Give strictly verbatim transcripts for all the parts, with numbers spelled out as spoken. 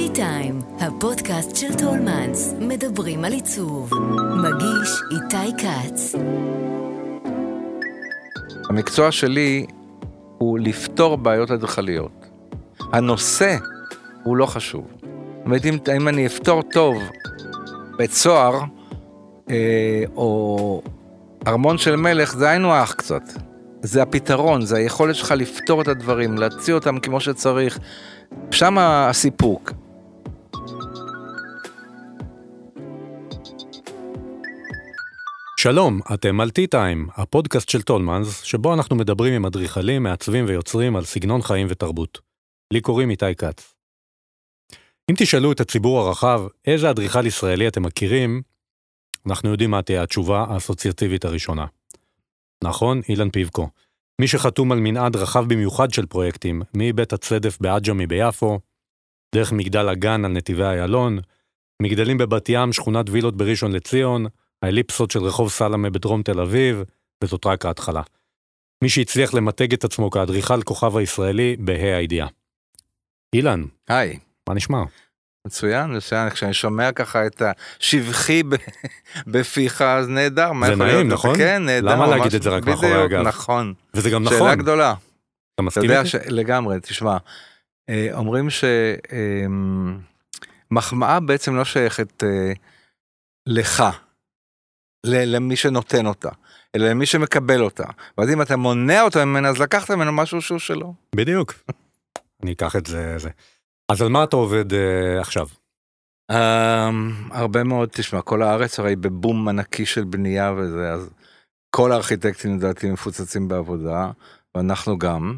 טיים, הפודקאסט של טולמנס, מדברים על עיצוב. מגיש איתי קץ. המקצוע שלי הוא לפתור בעיות אדריכליות. הנושא הוא לא חשוב. זאת אומרת, אם, אם אני אפתור טוב בית סוהר, אה, או ארמון של מלך, זה היינו אח קצת. זה הפתרון, זה היכולת שלך לפתור את הדברים, להציע אותם כמו שצריך. שם הסיפוק. שלום, אתם על טי-טיים, הפודקאסט של טולמנס, שבו אנחנו מדברים עם אדריכלים, מעצבים ויוצרים על סגנון חיים ותרבות. לי קוראים איתי קץ. אם תשאלו את הציבור הרחב, איזה אדריכל ישראלי אתם מכירים, אנחנו יודעים מה תהיה התשובה האסוציאטיבית הראשונה. נכון, אילן פיבקו. מי שחתום על מנעד רחב במיוחד של פרויקטים, מבית הצדף באג'מי ביפו, דרך מגדל הגן על נתיבי איילון, מגדלים בבת ים, שכונת וילות בראשון לציון, האליפסות של רחוב סלמה בדרום תל אביב, וזאת רק ההתחלה. מי שהצליח למתג את עצמו כאדריכל כוכב הישראלי בה"א הידיעה. אילן. היי. מה נשמע? מצוין, מצוין. כשאני שומע ככה את השבחי בפיך, אז נהדר. זה נעים, נכון? כן, נהדר. למה להגיד את זה רק מאחורי הגב? נכון. וזה גם נכון. שאלה גדולה. אתה מסכים איתי? לגמרי, תשמע. אומרים שמחמאה בעצם לא שייכת לך, למי שנותן אותה, אלא למי שמקבל אותה. ואז אם אתה מונע אותה ממנה, אז לקחת ממנו משהו שהוא שלו. בדיוק. אני אקח את זה. זה. אז על מה אתה עובד uh, עכשיו? Um, הרבה מאוד, תשמע, כל הארץ הרי בבום ענקי של בנייה וזה, אז כל הארכיטקטים לדעתי מפוצצים בעבודה, ואנחנו גם,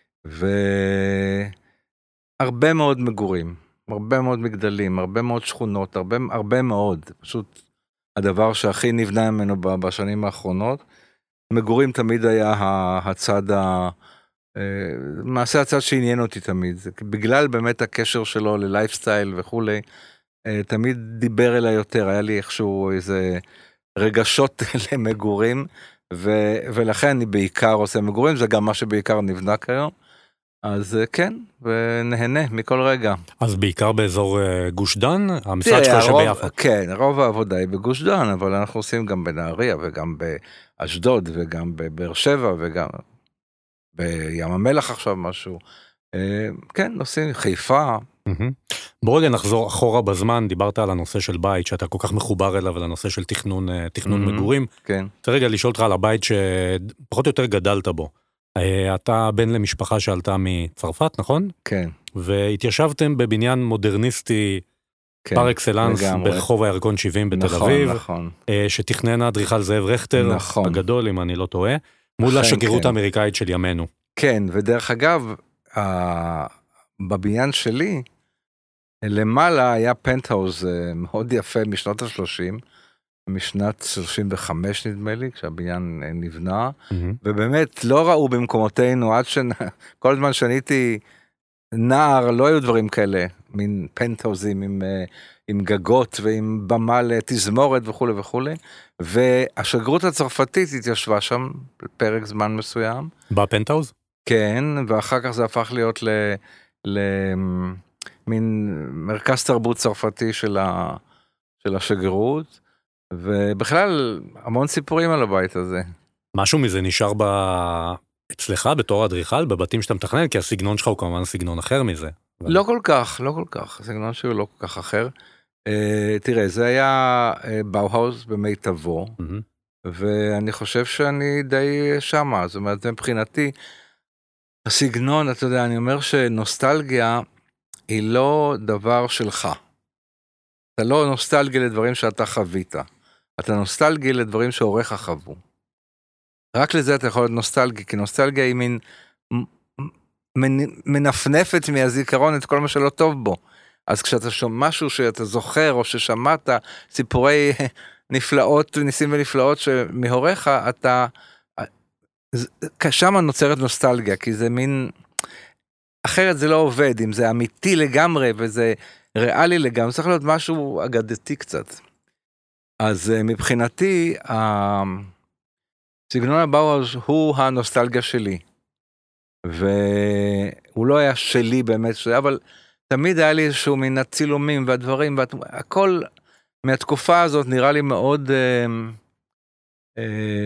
והרבה מאוד מגורים, הרבה מאוד מגדלים, הרבה מאוד שכונות, הרבה, הרבה מאוד, פשוט הדבר שהכי נבנה ממנו בשנים האחרונות. מגורים תמיד היה הצד ה... מעשה הצד שעניין אותי תמיד, זה בגלל באמת הקשר שלו ללייפסטייל וכולי, תמיד דיבר אליי יותר, היה לי איכשהו איזה רגשות למגורים, ו, ולכן אני בעיקר עושה מגורים, זה גם מה שבעיקר נבנה כיום, אז כן, ונהנה מכל רגע. אז בעיקר באזור גוש דן, המשרד שלך שביפו. כן, רוב העבודה היא בגוש דן, אבל אנחנו עושים גם בנהריה, וגם באשדוד, וגם בבאר שבע, וגם... בים המלח עכשיו משהו, כן, נושאים, חיפה. בוא רגע נחזור אחורה בזמן, דיברת על הנושא של בית, שאתה כל כך מחובר אליו, על הנושא של תכנון, תכנון מגורים. כן. צריך רגע לשאול אותך על הבית שפחות או יותר גדלת בו. אתה בן למשפחה שעלתה מצרפת, נכון? כן. והתיישבתם בבניין מודרניסטי, פר אקסלנס, ברחוב הירקון שבעים בתל אביב, שתכנן האדריכל זאב רכטר, הגדול, אם אני לא טועה. מול השגרירות האמריקאית של ימינו. כן, ודרך אגב, בבניין שלי, למעלה היה פנטהאוז מאוד יפה משנות ה-שלושים, משנת שלושים וחמש נדמה לי, כשהבניין נבנה, ובאמת לא ראו במקומותינו, עד שכל זמן שניתי נער, לא היו דברים כאלה, מין פנטהאוזים עם... עם גגות ועם במה לתזמורת וכו' וכו'. והשגרירות הצרפתית התיישבה שם בפרק זמן מסוים. בפנטהאוז? כן, ואחר כך זה הפך להיות למין מרכז תרבות צרפתי של, ה, של השגרירות, ובכלל המון סיפורים על הבית הזה. משהו מזה נשאר ב... אצלך בתור אדריכל, בבתים שאתה מתכנן, כי הסגנון שלך הוא כמובן סגנון אחר מזה. לא כל כך, לא כל כך, הסגנון שהוא לא כל כך אחר. Uh, תראה, זה היה uh, באוהאוז במיטבו, mm-hmm. ואני חושב שאני די שמה, זאת אומרת, מבחינתי, הסגנון, אתה יודע, אני אומר שנוסטלגיה היא לא דבר שלך. אתה לא נוסטלגי לדברים שאתה חווית, אתה נוסטלגי לדברים שעורך חוו. רק לזה אתה יכול להיות נוסטלגי, כי נוסטלגיה היא מין מנפנפת מהזיכרון את כל מה שלא טוב בו. אז כשאתה שומע משהו שאתה זוכר, או ששמעת סיפורי נפלאות, ניסים ונפלאות שמהוריך, אתה, שם נוצרת נוסטלגיה, כי זה מין, אחרת זה לא עובד, אם זה אמיתי לגמרי, וזה ריאלי לגמרי, צריך להיות משהו אגדתי קצת. אז מבחינתי, סגנון הבאוהאוז הוא הנוסטלגיה שלי, והוא לא היה שלי באמת, אבל תמיד היה לי איזשהו מן הצילומים והדברים, והכל מהתקופה הזאת נראה לי מאוד, אה, אה,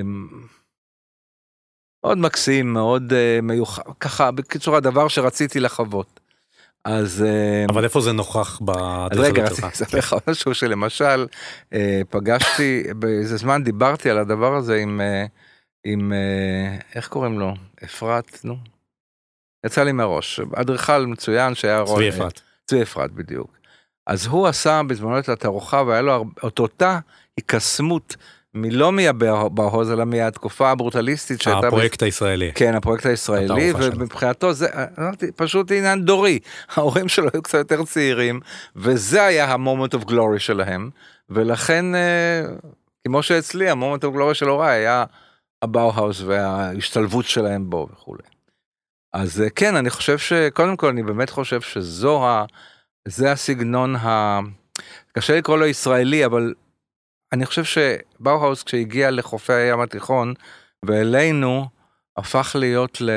מאוד מקסים, מאוד אה, מיוחד, ככה, בקיצור הדבר שרציתי לחוות. אז... אבל איפה זה נוכח בדרך רגע, שלך? רציתי לספר לך משהו שלמשל, פגשתי, באיזה זמן דיברתי על הדבר הזה עם, עם, איך קוראים לו? אפרת, נו? יצא לי מראש, אדריכל מצוין שהיה... צבי אפרת. צבי אפרת, בדיוק. אז הוא עשה בזמנו את התערוכה, והיה לו אותה הקסמות, מלא מהבאהוז, אלא מהתקופה הברוטליסטית. הפרויקט הישראלי. כן, הפרויקט הישראלי, ומבחינתו זה, פשוט עניין דורי. ההורים שלו היו קצת יותר צעירים, וזה היה המומנט אוף גלורי שלהם, ולכן, כמו שאצלי, המומנט אוף גלורי של הוריי היה הבאוהאוז וההשתלבות שלהם בו וכו'. אז כן, אני חושב שקודם כל, אני באמת חושב שזו ה... זה הסגנון ה... קשה לקרוא לו ישראלי, אבל אני חושב שבאוהאוז כשהגיע לחופי הים התיכון, ואלינו הפך להיות ל...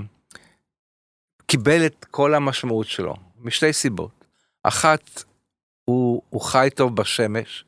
קיבל את כל המשמעות שלו, משתי סיבות. אחת, הוא, הוא חי טוב בשמש,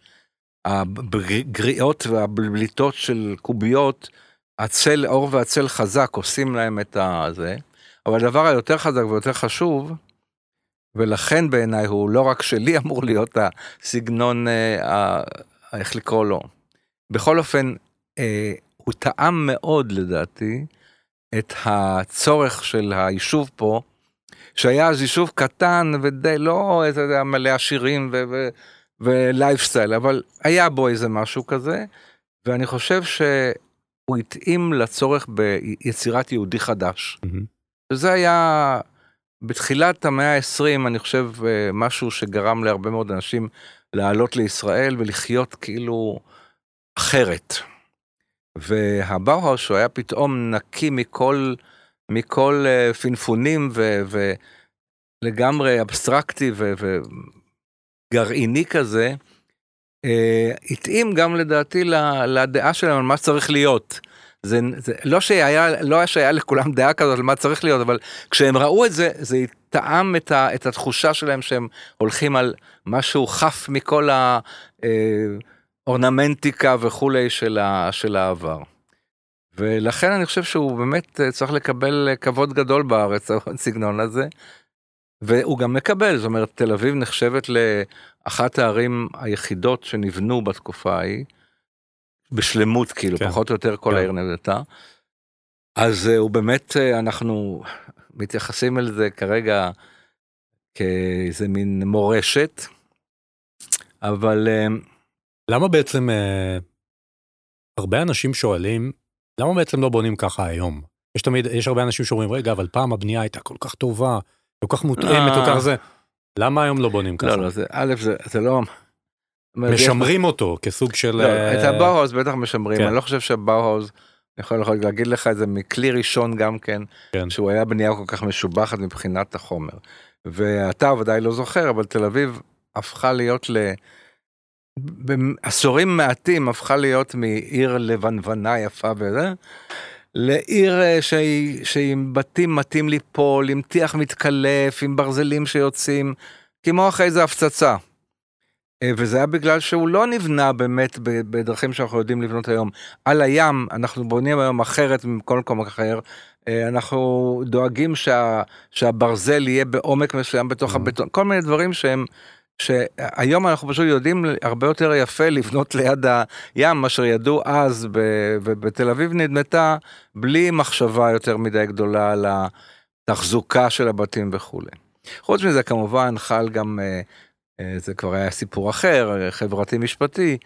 הגריעות והבליטות של קוביות, הצל, אור והצל חזק עושים להם את הזה, אבל הדבר היותר חזק ויותר חשוב, ולכן בעיניי הוא לא רק שלי אמור להיות הסגנון, אה, איך לקרוא לו. בכל אופן, אה, הוא טעם מאוד לדעתי, את הצורך של היישוב פה, שהיה אז יישוב קטן ודי לא איזה מלא עשירים ו- ו- ולייפסטייל, אבל היה בו איזה משהו כזה, ואני חושב שהוא התאים לצורך ביצירת יהודי חדש. Mm-hmm. וזה היה בתחילת המאה ה-עשרים, אני חושב משהו שגרם להרבה מאוד אנשים לעלות לישראל ולחיות כאילו אחרת. והבאוהאוז שהוא היה פתאום נקי מכל, מכל פינפונים ו, ולגמרי אבסטרקטי ו, וגרעיני כזה, התאים גם לדעתי לדעה שלהם על מה צריך להיות. זה, זה לא שהיה, לא שהיה לכולם דעה כזאת על מה צריך להיות, אבל כשהם ראו את זה, זה טעם את, ה, את התחושה שלהם שהם הולכים על משהו חף מכל ה... אורנמנטיקה וכולי של, ה, של העבר. ולכן אני חושב שהוא באמת צריך לקבל כבוד גדול בארץ, הסגנון הזה, והוא גם מקבל, זאת אומרת, תל אביב נחשבת לאחת הערים היחידות שנבנו בתקופה ההיא, בשלמות כאילו, כן. פחות או יותר כל כן. העיר נבנתה, אז הוא באמת, אנחנו מתייחסים אל זה כרגע כאיזה מין מורשת, אבל... למה בעצם, אה, הרבה אנשים שואלים, למה בעצם לא בונים ככה היום? יש תמיד, יש הרבה אנשים שאומרים, רגע, אבל פעם הבנייה הייתה כל כך טובה, כל כך מותאמת, כל כך זה, למה היום לא בונים ככה? לא, לא, זה, א', זה, זה לא... משמרים אותו כסוג של... לא, את הבאוהאוז בטח משמרים, אני לא חושב שהבאוהאוז, אני יכול להגיד לך את זה מכלי ראשון גם כן, שהוא היה בנייה כל כך משובחת מבחינת החומר. ואתה ודאי לא זוכר, אבל תל אביב הפכה להיות ל... בעשורים מעטים הפכה להיות מעיר לבנוונה יפה וזה, לעיר שהיא, שהיא עם בתים מתאים ליפול, עם טיח מתקלף, עם ברזלים שיוצאים, כמו אחרי זה הפצצה. וזה היה בגלל שהוא לא נבנה באמת בדרכים שאנחנו יודעים לבנות היום. על הים, אנחנו בונים היום אחרת מכל מקום אחר, אנחנו דואגים שה, שהברזל יהיה בעומק מסוים בתוך mm-hmm. הבטון, כל מיני דברים שהם, שהיום אנחנו פשוט יודעים הרבה יותר יפה לבנות ליד הים, מה שידעו אז, ובתל אביב נדמתה בלי מחשבה יותר מדי גדולה על התחזוקה של הבתים וכו'. חוץ מזה כמובן חל גם, זה כבר היה סיפור אחר, חברתי משפטי,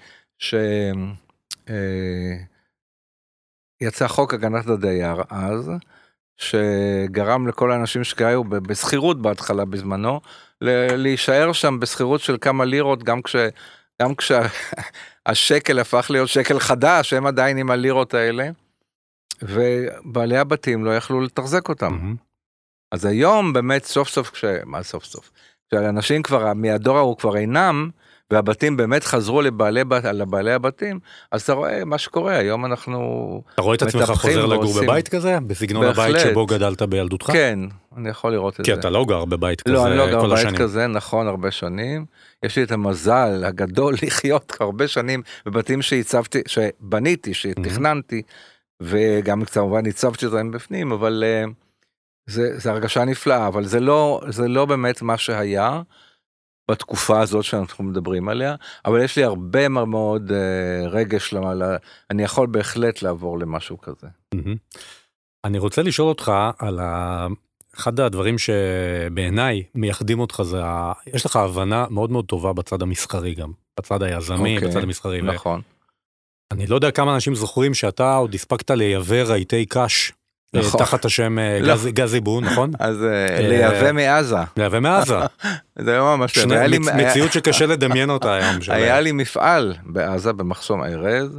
שיצא חוק הגנת הדייר אז, שגרם לכל האנשים שחיו בסחירות בהתחלה בזמנו, להישאר שם בסחירות של כמה לירות, גם כש, גם כשהשקל הפך להיות שקל חדש, הם עדיין עם הלירות האלה, ובעלי הבתים לא יכלו לתחזק אותם. Mm-hmm. אז היום באמת סוף סוף, כש... מה סוף סוף? כשאנשים כבר, מהדור ההוא כבר אינם, והבתים באמת חזרו לבעלי, לבעלי הבתים, אז אתה רואה מה שקורה, היום אנחנו אתה רואה את עצמך חוזר לגור בבית כזה? בסגנון הבית שבו גדלת בילדותך? כן, אני יכול לראות את כי זה. כי אתה לא גר בבית כזה לא, אני לא גר בבית השנים. כזה, נכון, הרבה שנים. יש לי את המזל הגדול לחיות הרבה שנים בבתים שהצבתי, שבניתי, שתכננתי, וגם כמובן הצבתי אותם בפנים, אבל זה, זה הרגשה נפלאה, אבל זה לא, זה לא באמת מה שהיה בתקופה הזאת שאנחנו מדברים עליה, אבל יש לי הרבה מאוד רגש למעלה, אני יכול בהחלט לעבור למשהו כזה. אני רוצה לשאול אותך על ה... אחד הדברים שבעיניי מייחדים אותך זה, ה... יש לך הבנה מאוד מאוד טובה בצד המסחרי גם, בצד היזמי, okay, בצד המסחרי. נכון. ו... אני לא יודע כמה אנשים זוכרים שאתה עוד הספקת לייבא רהיטי קש, נכון. תחת השם לא. גז, גזיבו, נכון? אז לייבא מעזה. לייבא מעזה. זה לא ממש... שני, מצ... לי... מציאות שקשה לדמיין אותה היום. היה לי מפעל בעזה, במחסום ארז,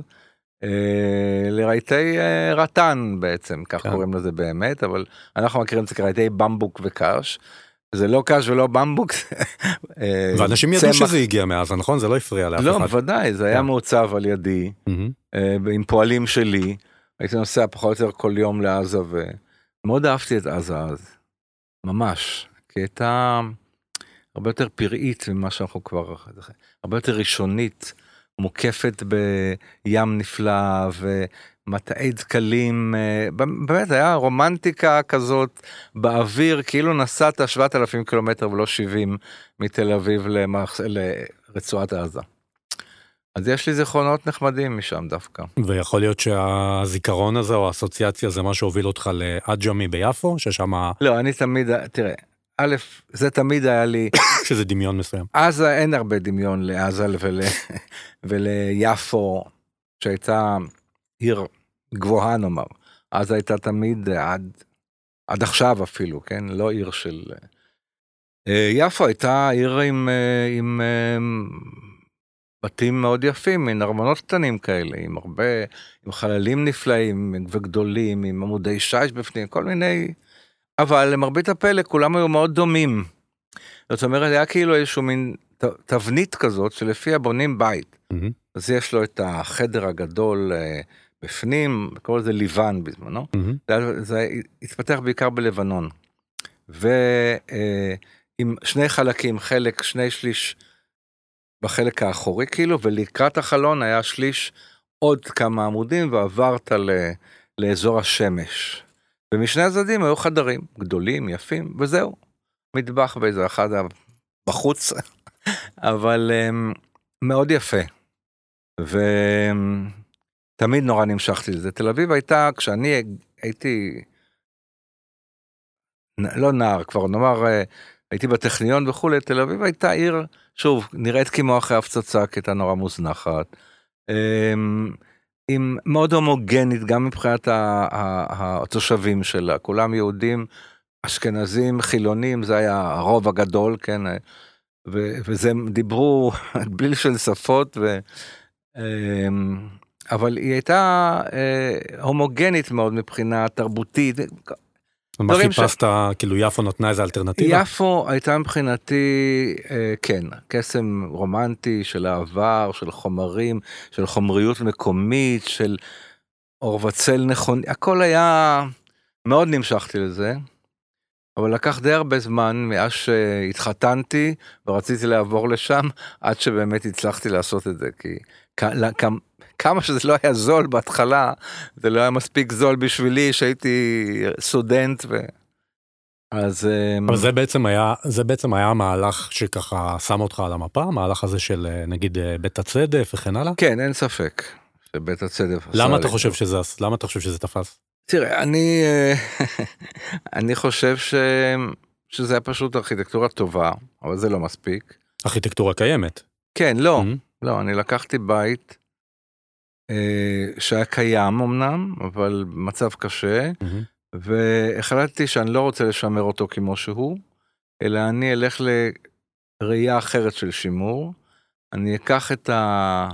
לרהיטי רטן בעצם, כך קוראים לזה באמת, אבל אנחנו מכירים את זה כרהיטי במבוק וקש, זה לא קש ולא במבוק. ואנשים ידעו שזה הגיע מעזה, נכון? זה לא הפריע לאף אחד. לא, בוודאי, זה היה מעוצב על ידי, עם פועלים שלי, הייתי נוסע פחות או יותר כל יום לעזה, ומאוד אהבתי את עזה אז, ממש, כי הייתה הרבה יותר פראית ממה שאנחנו כבר, הרבה יותר ראשונית, מוקפת בים נפלא ומטעי דקלים, באמת היה רומנטיקה כזאת באוויר, כאילו נסעת שבעת אלפים קילומטר ולא שבעים מתל אביב למח... לרצועת עזה. אז יש לי זיכרונות נחמדים משם דווקא. ויכול להיות שהזיכרון הזה או האסוציאציה זה מה שהוביל אותך לאג'מי ביפו, ששם... לא, אני תמיד, תראה, א', זה תמיד היה לי... שזה דמיון מסוים. עזה אין הרבה דמיון לעזה ול... וליפו, שהייתה עיר גבוהה נאמר. עזה הייתה תמיד עד, עד עכשיו אפילו, כן? לא עיר של... יפו הייתה עיר עם, עם בתים מאוד יפים, עם ארמונות קטנים כאלה, עם הרבה, עם חללים נפלאים וגדולים, עם עמודי שיש בפנים, כל מיני... אבל למרבית הפלא כולם היו מאוד דומים. זאת אומרת, היה כאילו איזשהו מין תבנית כזאת שלפיה בונים בית. Mm-hmm. אז יש לו את החדר הגדול בפנים, כל זה ליוון בזמנו. Mm-hmm. זה, זה התפתח בעיקר בלבנון. ועם שני חלקים, חלק, שני שליש בחלק האחורי כאילו, ולקראת החלון היה שליש עוד כמה עמודים, ועברת ל, לאזור השמש. ומשני הצדדים היו חדרים גדולים, יפים, וזהו. מטבח באיזה אחד בחוץ, אבל um, מאוד יפה. ותמיד נורא נמשכתי לזה. תל אביב הייתה, כשאני הייתי, לא נער, כבר נאמר, הייתי בטכניון וכולי, תל אביב הייתה עיר, שוב, נראית כמו אחרי הפצצה, כי הייתה נורא מוזנחת. Um, עם מאוד הומוגנית, גם מבחינת התושבים שלה, כולם יהודים, אשכנזים, חילונים, זה היה הרוב הגדול, כן, ו- וזה דיברו בלי של שפות, ו- אבל היא הייתה הומוגנית מאוד מבחינה תרבותית. מה חיפשת, כאילו יפו נתנה איזה אלטרנטיבה? יפו הייתה מבחינתי, כן, קסם רומנטי של העבר, של חומרים, של חומריות מקומית, של אור וצל נכון, הכל היה, מאוד נמשכתי לזה, אבל לקח די הרבה זמן מאז שהתחתנתי ורציתי לעבור לשם, עד שבאמת הצלחתי לעשות את זה, כי כמה שזה לא היה זול בהתחלה, זה לא היה מספיק זול בשבילי שהייתי סטודנט ו... אז... אבל זה בעצם היה, זה בעצם היה המהלך שככה שם אותך על המפה, המהלך הזה של נגיד בית הצדף וכן הלאה? כן, אין ספק שבית הצדף... למה אתה חושב שזה, למה אתה חושב שזה תפס? תראה, אני, אני חושב ש... שזה היה פשוט ארכיטקטורה טובה, אבל זה לא מספיק. ארכיטקטורה קיימת? כן, לא, mm-hmm. לא, אני לקחתי בית שהיה קיים אמנם, אבל מצב קשה, mm-hmm. והחלטתי שאני לא רוצה לשמר אותו כמו שהוא, אלא אני אלך לראייה אחרת של שימור, אני אקח את ה...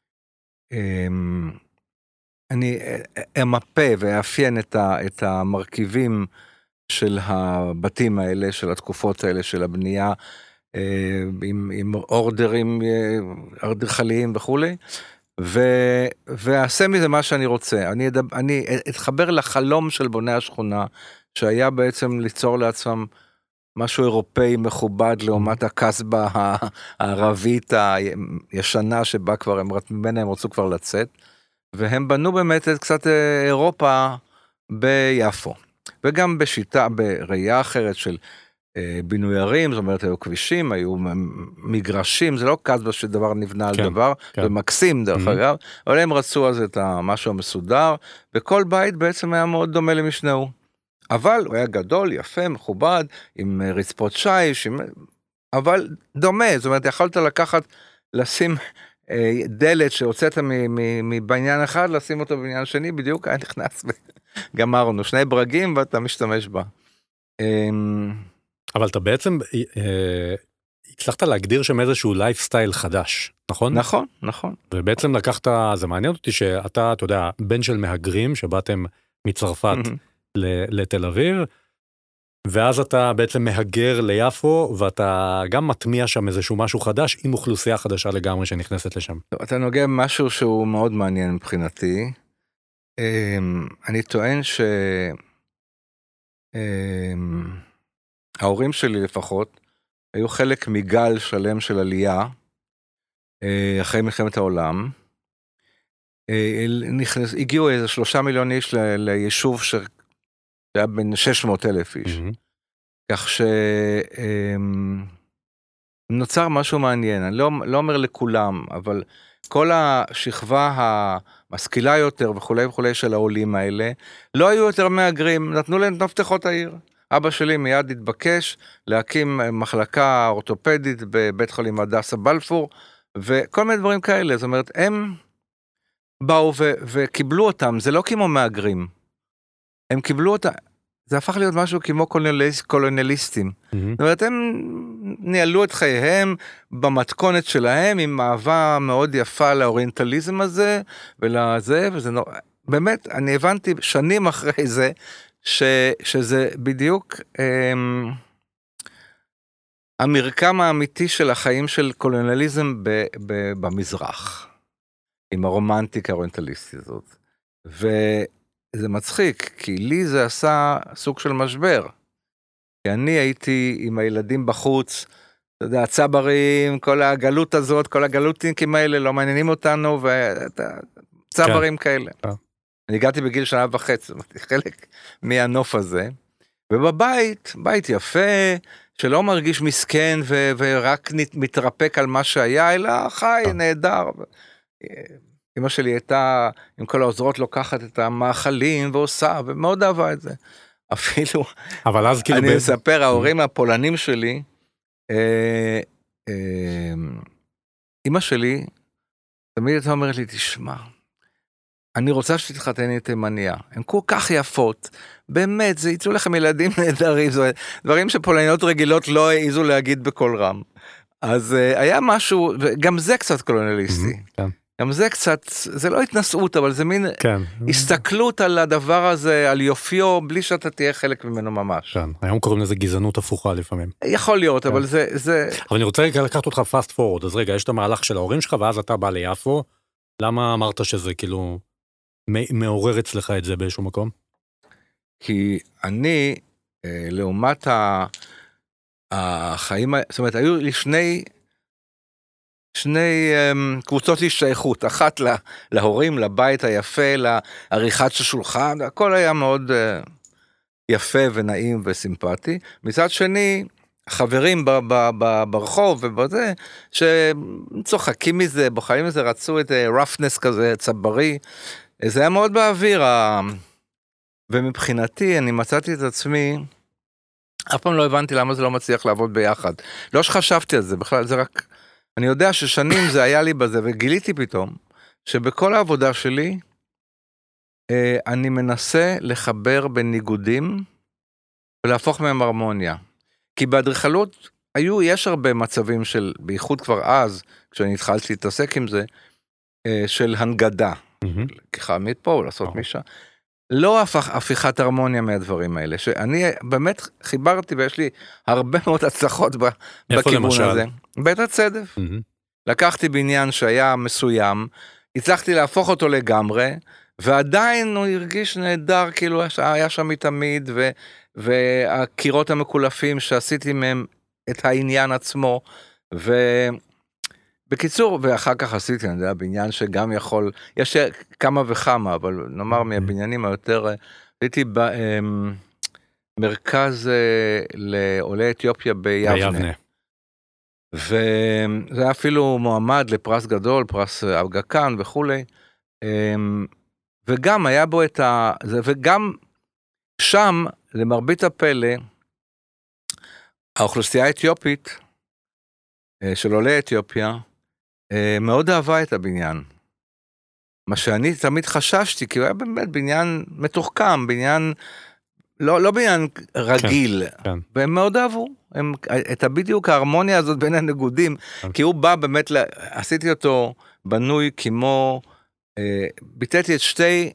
אני אמפה ואאפיין את, ה... את המרכיבים של הבתים האלה, של התקופות האלה, של הבנייה, עם, עם אורדרים, אדריכליים וכולי, ו, ועשה מזה מה שאני רוצה. אני, אדב, אני אתחבר לחלום של בוני השכונה, שהיה בעצם ליצור לעצמם משהו אירופאי מכובד לעומת הקסבה הערבית הישנה שבה כבר הם, ממנה הם רצו כבר לצאת, והם בנו באמת קצת אירופה ביפו, וגם בשיטה, בראייה אחרת של בינוי ערים, זאת אומרת היו כבישים, היו מגרשים, זה לא קסבה שדבר נבנה על דבר, זה מקסים דרך אגב, אבל הם רצו אז את המשהו המסודר, וכל בית בעצם היה מאוד דומה למשנהו. אבל הוא היה גדול, יפה, מכובד, עם רצפות שיש, עם... אבל דומה, זאת אומרת, יכולת לקחת, לשים אה, דלת שהוצאת מבעניין אחד, לשים אותו בעניין שני, בדיוק היה נכנס, גמרנו, שני ברגים ואתה משתמש בה. אה... אבל אתה בעצם, אה, הצלחת להגדיר שם איזשהו לייפסטייל חדש, נכון? נכון, נכון. ובעצם לקחת, זה מעניין אותי שאתה, אתה יודע, בן של מהגרים, שבאתם מצרפת, לתל אביב, ואז אתה בעצם מהגר ליפו, ואתה גם מטמיע שם איזשהו משהו חדש, עם אוכלוסייה חדשה לגמרי שנכנסת לשם. אתה נוגע משהו שהוא מאוד מעניין מבחינתי. אני טוען שההורים שלי לפחות, היו חלק מגל שלם של עלייה, אחרי מלחמת העולם, הגיעו איזה שלושה מיליון איש ליישוב ש... זה היה בין שש מאות אלף איש. Mm-hmm. כך שנוצר משהו מעניין. אני לא, לא אומר לכולם, אבל כל השכבה המשכילה יותר וכולי וכולי של העולים האלה, לא היו יותר מהגרים, נתנו להם מפתחות העיר. אבא שלי מיד התבקש להקים מחלקה אורתופדית בבית חולים הדסה בלפור, וכל מיני דברים כאלה. זאת אומרת, הם באו ו- וקיבלו אותם, זה לא כמו מהגרים. הם קיבלו אותה, זה הפך להיות משהו כמו קולוניאליסט, קולוניאליסטים. Mm-hmm. זאת אומרת, הם ניהלו את חייהם במתכונת שלהם, עם אהבה מאוד יפה לאוריינטליזם הזה, ולזה, וזה נורא, באמת, אני הבנתי שנים אחרי זה, ש, שזה בדיוק אמ, המרקם האמיתי של החיים של קולוניאליזם ב, ב, במזרח, עם הרומנטיקה האוריינטליסטית הזאת. ו... זה מצחיק, כי לי זה עשה סוג של משבר. כי אני הייתי עם הילדים בחוץ, אתה יודע, הצברים, כל הגלות הזאת, כל הגלותניקים האלה לא מעניינים אותנו, וצברים כאלה. אני הגעתי בגיל שנה וחצי, חלק מהנוף הזה, ובבית, בית יפה, שלא מרגיש מסכן, ורק מתרפק על מה שהיה, אלא חי, נהדר. אמא שלי הייתה עם כל העוזרות לוקחת את המאכלים ועושה, ומאוד אהבה את זה. אפילו, אבל אז כאילו... אני אספר, ההורים הפולנים שלי, אה, אה, אמא שלי, תמיד הייתה אומרת לי, תשמע, אני רוצה שתתחתן עם תימניה, הן כל כך יפות, באמת, זה יצאו לכם ילדים נהדרים, דברים שפולניות רגילות לא העיזו להגיד בקול רם. אז אה, היה משהו, וגם זה קצת קולוניאליסטי. כן. גם זה קצת, זה לא התנסות, אבל זה מין כן. הסתכלות על הדבר הזה, על יופיו, בלי שאתה תהיה חלק ממנו ממש. כן, היום קוראים לזה גזענות הפוכה לפעמים. יכול להיות, כן. אבל זה, זה... אבל אני רוצה רגע לקחת אותך fast forward, אז רגע, יש את המהלך של ההורים שלך, ואז אתה בא ליפו, למה אמרת שזה כאילו מעורר אצלך את זה באיזשהו מקום? כי אני, לעומת החיים, זאת אומרת, היו לי שני... שני um, קבוצות השתייכות, אחת לה, להורים, לבית היפה, לעריכת השולחן, הכל היה מאוד uh, יפה ונעים וסימפטי. מצד שני, חברים ב, ב, ב, ברחוב ובזה, שצוחקים מזה, בוחרים מזה, רצו את uh, roughness כזה, צברי, זה היה מאוד באוויר. Uh, ומבחינתי, אני מצאתי את עצמי, אף פעם לא הבנתי למה זה לא מצליח לעבוד ביחד. לא שחשבתי על זה, בכלל זה רק... אני יודע ששנים זה היה לי בזה, וגיליתי פתאום, שבכל העבודה שלי, אה, אני מנסה לחבר בין ניגודים, ולהפוך מהם הרמוניה. כי באדריכלות, היו, יש הרבה מצבים של, בייחוד כבר אז, כשאני התחלתי להתעסק עם זה, אה, של הנגדה. Mm-hmm. ככה מפה, לעשות oh. מישה. לא הפך, הפיכת הרמוניה מהדברים האלה, שאני באמת חיברתי ויש לי הרבה מאוד הצלחות ב, בכיוון למשל? הזה. בית הצדף. Mm-hmm. לקחתי בניין שהיה מסוים, הצלחתי להפוך אותו לגמרי, ועדיין הוא הרגיש נהדר, כאילו היה שם מתמיד, ו, והקירות המקולפים שעשיתי מהם את העניין עצמו, ובקיצור, ואחר כך עשיתי, אני יודע, בניין שגם יכול, יש כמה וכמה, אבל נאמר מהבניינים היותר, הייתי במרכז לעולי אתיופיה ביבנה. ביבנה. וזה היה אפילו מועמד לפרס גדול, פרס אבגקן וכולי, וגם היה בו את ה... וגם שם, למרבית הפלא, האוכלוסייה האתיופית, של עולי אתיופיה, מאוד אהבה את הבניין. מה שאני תמיד חששתי, כי הוא היה באמת בניין מתוחכם, בניין... לא, לא בניין רגיל, כן, כן. והם מאוד אהבו, הם, את בדיוק ההרמוניה הזאת בין הנגודים, כן. כי הוא בא באמת, לה, עשיתי אותו בנוי כמו, אה, ביטאתי את שתי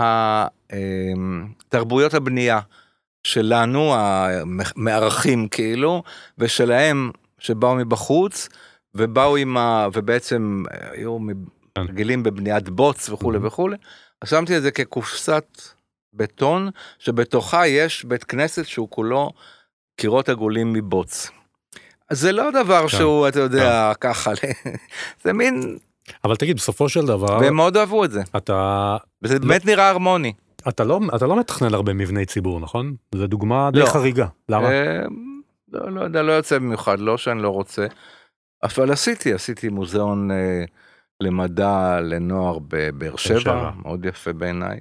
התרבויות הבנייה, שלנו המערכים כאילו, ושלהם שבאו מבחוץ, ובאו עם ה... ובעצם היו רגילים בבניית בוץ וכו' וכו', אז שמתי את זה כקופסת בטון, שבתוכה יש בית כנסת שהוא כולו קירות עגולים מבוץ. אז זה לא דבר שהוא, אתה יודע, ככה, זה מין... אבל תגיד, בסופו של דבר... והם מאוד אהבו את זה. אתה... וזה באמת נראה הרמוני. אתה לא, אתה לא מתכנן הרבה מבני ציבור, נכון? זו דוגמה די חריגה. למה? לא, לא יודע, לא יוצא במיוחד, לא שאני לא רוצה. אבל עשיתי, עשיתי מוזיאון למדע לנוער בבאר שבע, מאוד יפה בעיניי.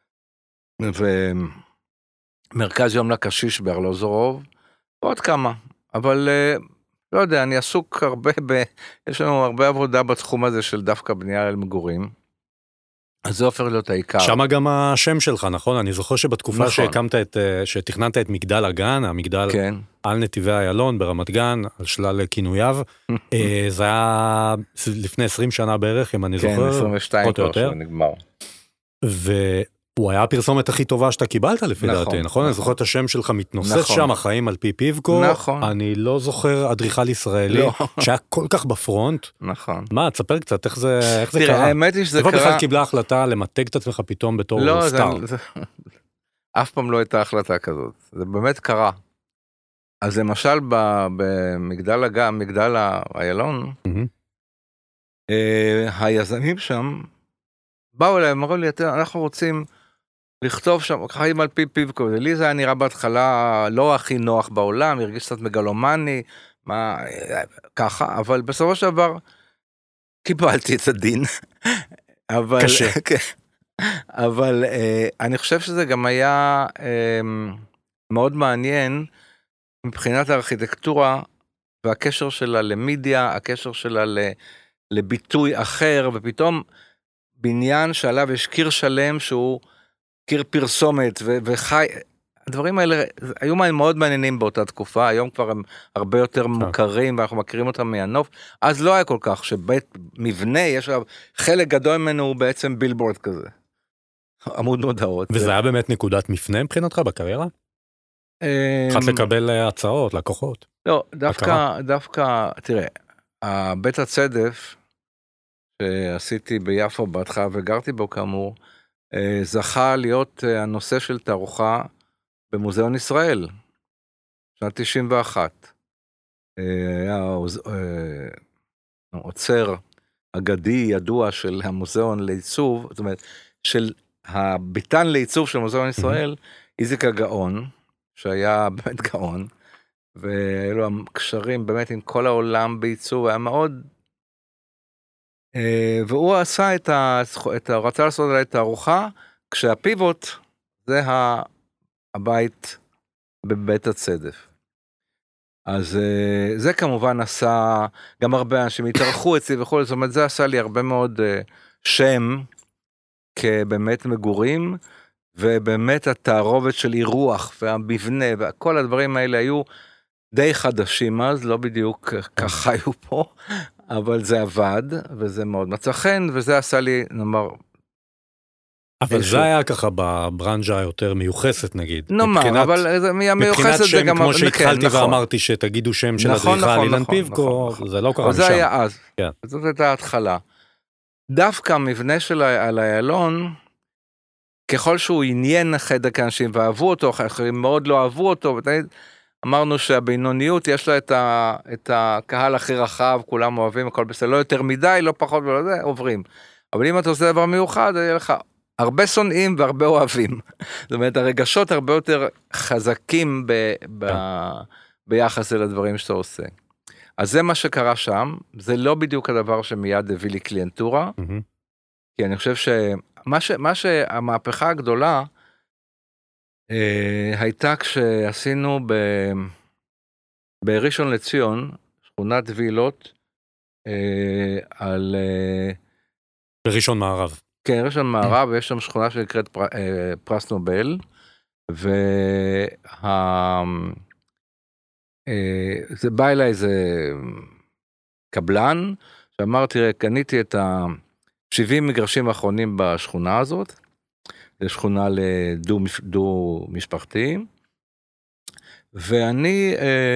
ומרכז יום לקשיש בארלוזורוב, ועוד כמה. אבל לא יודע, אני עסוק הרבה, ב... יש לנו הרבה עבודה בתחום הזה של דווקא בנייה למגורים. אז זה הופך להיות העיקר. שמה גם השם שלך, נכון? אני זוכר שבתקופה נכון. שהקמת את, שתכננת את מגדל הגן, המגדל כן. על נתיבי איילון ברמת גן, על שלל כינוייו, זה היה לפני עשרים שנה בערך, אם אני כן, זוכר. כן, עשרים ושתיים כבר שהוא נגמר. והוא היה הפרסומת הכי טובה שאתה קיבלת לפי נכון, דעתי, נכון? נכון? אני זוכר את השם שלך מתנוסס נכון. שם, החיים על פי פיבקו, נכון. אני לא זוכר אדריכל ישראלי, לא. שהיה כל כך בפרונט. נכון. מה, תספר קצת, איך זה, איך זה תראה, קרה? האמת היא שזה קרה... קרה... בכלל קיבלה החלטה למתג את עצמך פתאום בתור לא, סטאר. זה... אף פעם לא הייתה החלטה כזאת, זה באמת קרה. אז למשל במגדל הגן, מגדל האיילון, mm-hmm. היזמים שם, באו אליי, אמרו לי, אנחנו רוצים לכתוב שם, חיים על פי פיבקו, לי זה היה נראה בהתחלה לא הכי נוח בעולם, הרגיש קצת מגלומני, מה, ככה, אבל בסופו של דבר, קיבלתי את הדין. אבל, קשה. אבל אני חושב שזה גם היה מאוד מעניין, מבחינת הארכיטקטורה, והקשר שלה למידיה, הקשר שלה לביטוי אחר, ופתאום, בניין שעליו יש קיר שלם שהוא קיר פרסומת ו- וחי, הדברים האלה היו מאוד מעניינים באותה תקופה, היום כבר הם הרבה יותר מוכרים ואנחנו מכירים אותם מהנוף, אז לא היה כל כך שבית מבנה, יש חלק גדול ממנו הוא בעצם בילבורד כזה, עמוד מודעות. וזה היה באמת נקודת מפנה מבחינתך בקריירה? התחלת לקבל הצעות, לקוחות? לא, דווקא, דווקא, תראה, בית הצדף, שעשיתי ביפו בהתחלה וגרתי בו כאמור, זכה להיות הנושא של תערוכה במוזיאון ישראל, שנת תשעים ואחת. היה עוצר אגדי ידוע של המוזיאון לעיצוב, זאת אומרת, של הביתן לעיצוב של מוזיאון ישראל, איזיק הגאון, שהיה באמת גאון, והיו קשרים באמת עם כל העולם בעיצוב, היה מאוד... והוא עשה את ה... את ה... רצה לעשות עליה את הארוחה, כשהפיבוט זה הבית בבית הצדף. אז זה כמובן עשה, גם הרבה אנשים התארחו אצלי וכל, זאת אומרת, זה עשה לי הרבה מאוד שם, כבאמת מגורים, ובאמת התערובת של אירוח, והמבנה, וכל הדברים האלה היו די חדשים אז, לא בדיוק ככה היו פה, אבל זה עבד, וזה מאוד מצא חן, וזה עשה לי, נאמר, אבל זה היה ככה בברנז'ה היותר מיוחסת נגיד. נאמר, אבל זה מיוחסת זה גם... כמו שהתחלתי ואמרתי שתגידו שם של אדריכל אילן פיבקו, זה לא קרה משם. זה היה אז, זאת הייתה ההתחלה. דווקא המבנה של איילון, ככל שהוא עניין חלק האנשים ואהבו אותו, אחרים מאוד לא אהבו אותו, אמרנו שהבינוניות יש לה את הקהל הכי רחב, כולם אוהבים, הכל בסדר, לא יותר מדי, לא פחות ולא זה, עוברים. אבל אם אתה עושה דבר מיוחד, יהיה לך הרבה שונאים והרבה אוהבים. זאת אומרת, הרגשות הרבה יותר חזקים ב, ב, ביחס אל הדברים שאתה עושה. אז זה מה שקרה שם, זה לא בדיוק הדבר שמיד הביא לי קליינטורה, mm-hmm. כי אני חושב שמה ש, מה שהמהפכה הגדולה, אה, הייתה כשעשינו ב, בראשון לציון, שכונת וילות, אה, על... אה, בראשון מערב. כן, ראשון מערב, ויש שם שכונה שנקראת פר, אה, פרס נובל, וה... זה בא אליי איזה קבלן, שאמר, תראה, קניתי את ה-שבעים מגרשים האחרונים בשכונה הזאת, זו שכונה לדו משפחתי, ואני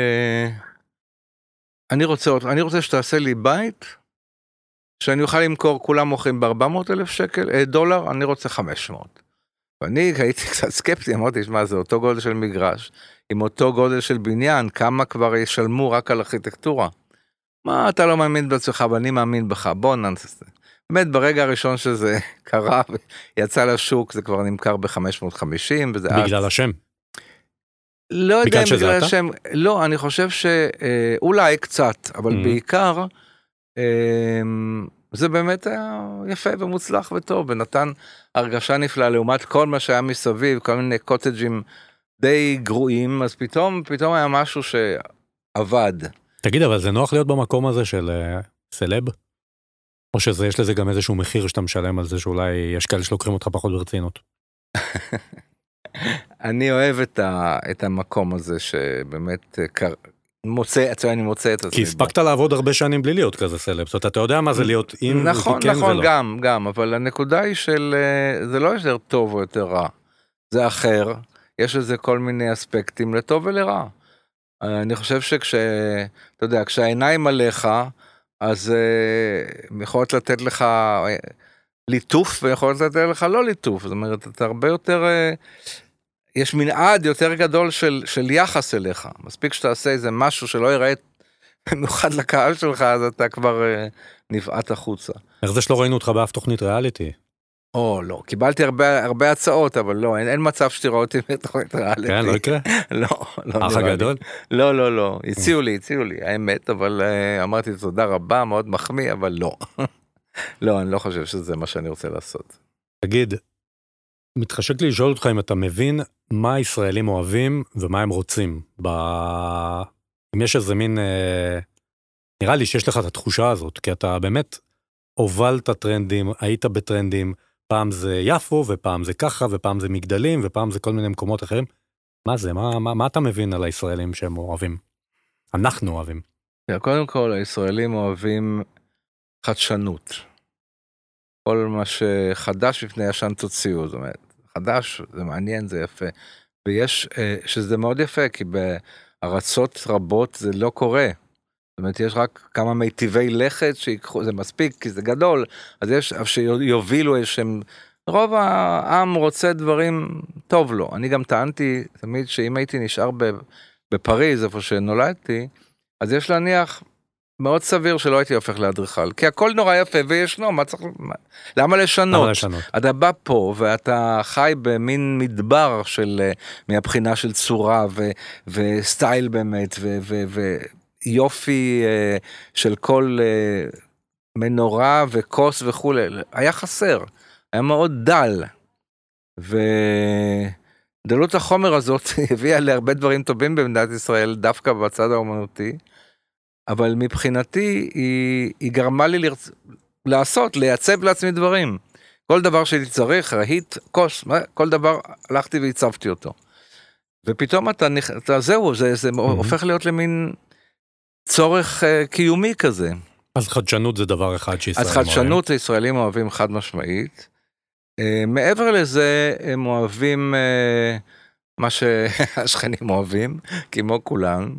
אני רוצה, אני רוצה שתעשה לי בית, שאני אוכל למכור, כולם מוכרים ב-ארבע מאות אלף שקל, דולר, אני רוצה חמש מאות. ואני הייתי קצת סקפטי, אמרתי, שמה, זה אותו גודל של מגרש, עם אותו גודל של בניין, כמה כבר ישלמו רק על ארכיטקטורה. מה, אתה לא מאמין בעצמך, ואני מאמין בך, בוא ננסה. באמת, ברגע הראשון שזה קרה, יצא לשוק, זה כבר נמכר ב-חמש מאות וחמישים, וזה... בגלל השם? לא יודע, בגלל השם, לא, אני חושב שאולי קצת, אבל בעיקר, זה באמת היה יפה ומוצלח וטוב, ונתן הרגשה נפלאה, לעומת כל מה שהיה מסביב, כל מיני קוטג'ים די גרועים, אז פתאום, פתאום היה משהו שעבד. תגיד, אבל זה נוח להיות במקום הזה של סלב? או שזה, יש לזה גם איזשהו מחיר שאתה משלם על זה, שאולי יש כאלה שלוקחים אותך פחות ברצינות? אני אוהב את, ה, את המקום הזה שבאמת קר... מוצא, אני מוצא את זה. כי הספקת לעבוד הרבה שנים בלי להיות כזה סלב, זאת אומרת, אתה יודע מה זה להיות עם נכון, כן נכון, ולא. גם, גם, אבל הנקודה היא של, זה לא יותר טוב או יותר רע, זה אחר, יש לזה כל מיני אספקטים לטוב ולרע. אני חושב שכש, אתה יודע, כשהעיניים עליך, אז uh, יכולות לתת לך ליטוף, ויכולות לתת לך לא ליטוף, זאת אומרת, אתה הרבה יותר... Uh, יש מנעד יותר גדול של, של יחס אליך. מספיק שתעשה איזה משהו שלא יראה במיוחד לקהל שלך, אז אתה כבר uh, נבעט החוצה. איך זה שלא ראינו אותך באף תוכנית ריאליטי? או, לא. קיבלתי הרבה, הרבה הצעות, אבל לא, אין, אין מצב שתראו אותי בתוכנית ריאליטי. כן, לא יקרה? לא, לא. אח הגדול? לא, לא, לא. הציעו לי, הציעו לי, האמת, אבל uh, אמרתי תודה רבה, מאוד מחמיא, אבל לא. לא, אני לא חושב שזה מה שאני רוצה לעשות. תגיד, מתחשק לי לשאול אותך אם אתה מבין מה הישראלים אוהבים ומה הם רוצים. ב... אם יש איזה מין... אה... נראה לי שיש לך את התחושה הזאת, כי אתה באמת הובלת טרנדים, היית בטרנדים, פעם זה יפו ופעם זה ככה ופעם זה מגדלים ופעם זה כל מיני מקומות אחרים. מה זה? מה, מה, מה אתה מבין על הישראלים שהם אוהבים? אנחנו אוהבים. קודם כל, הישראלים אוהבים חדשנות. כל מה שחדש לפני ישן תוציאו, זאת אומרת, חדש, זה מעניין, זה יפה. ויש, שזה מאוד יפה, כי בארצות רבות זה לא קורה. זאת אומרת, יש רק כמה מיטיבי לכת שיקחו, זה מספיק, כי זה גדול, אז יש, שיובילו איזשהם, רוב העם רוצה דברים טוב לו. אני גם טענתי תמיד שאם הייתי נשאר בפריז, איפה שנולדתי, אז יש להניח, מאוד סביר שלא הייתי הופך לאדריכל, כי הכל נורא יפה וישנו, מה צריך, למה לשנות? למה לשנות? אתה בא פה ואתה חי במין מדבר של, מהבחינה של צורה ו, וסטייל באמת, ו, ו, ויופי של כל מנורה וכוס וכו', היה חסר, היה מאוד דל, ודלות החומר הזאת הביאה להרבה דברים טובים במדינת ישראל, דווקא בצד האומנותי, אבל מבחינתי היא, היא גרמה לי לרצ... לעשות, לייצב לעצמי דברים. כל דבר שלי צריך, רהיט, כוס, כל דבר הלכתי והצבתי אותו. ופתאום אתה, אתה זהו, זה, זה mm-hmm. הופך להיות למין צורך uh, קיומי כזה. אז חדשנות זה דבר אחד שישראלים אוהבים. אז חדשנות אוהבים. הישראלים אוהבים חד משמעית. מעבר לזה, הם אוהבים מה שהשכנים אוהבים, כמו כולם,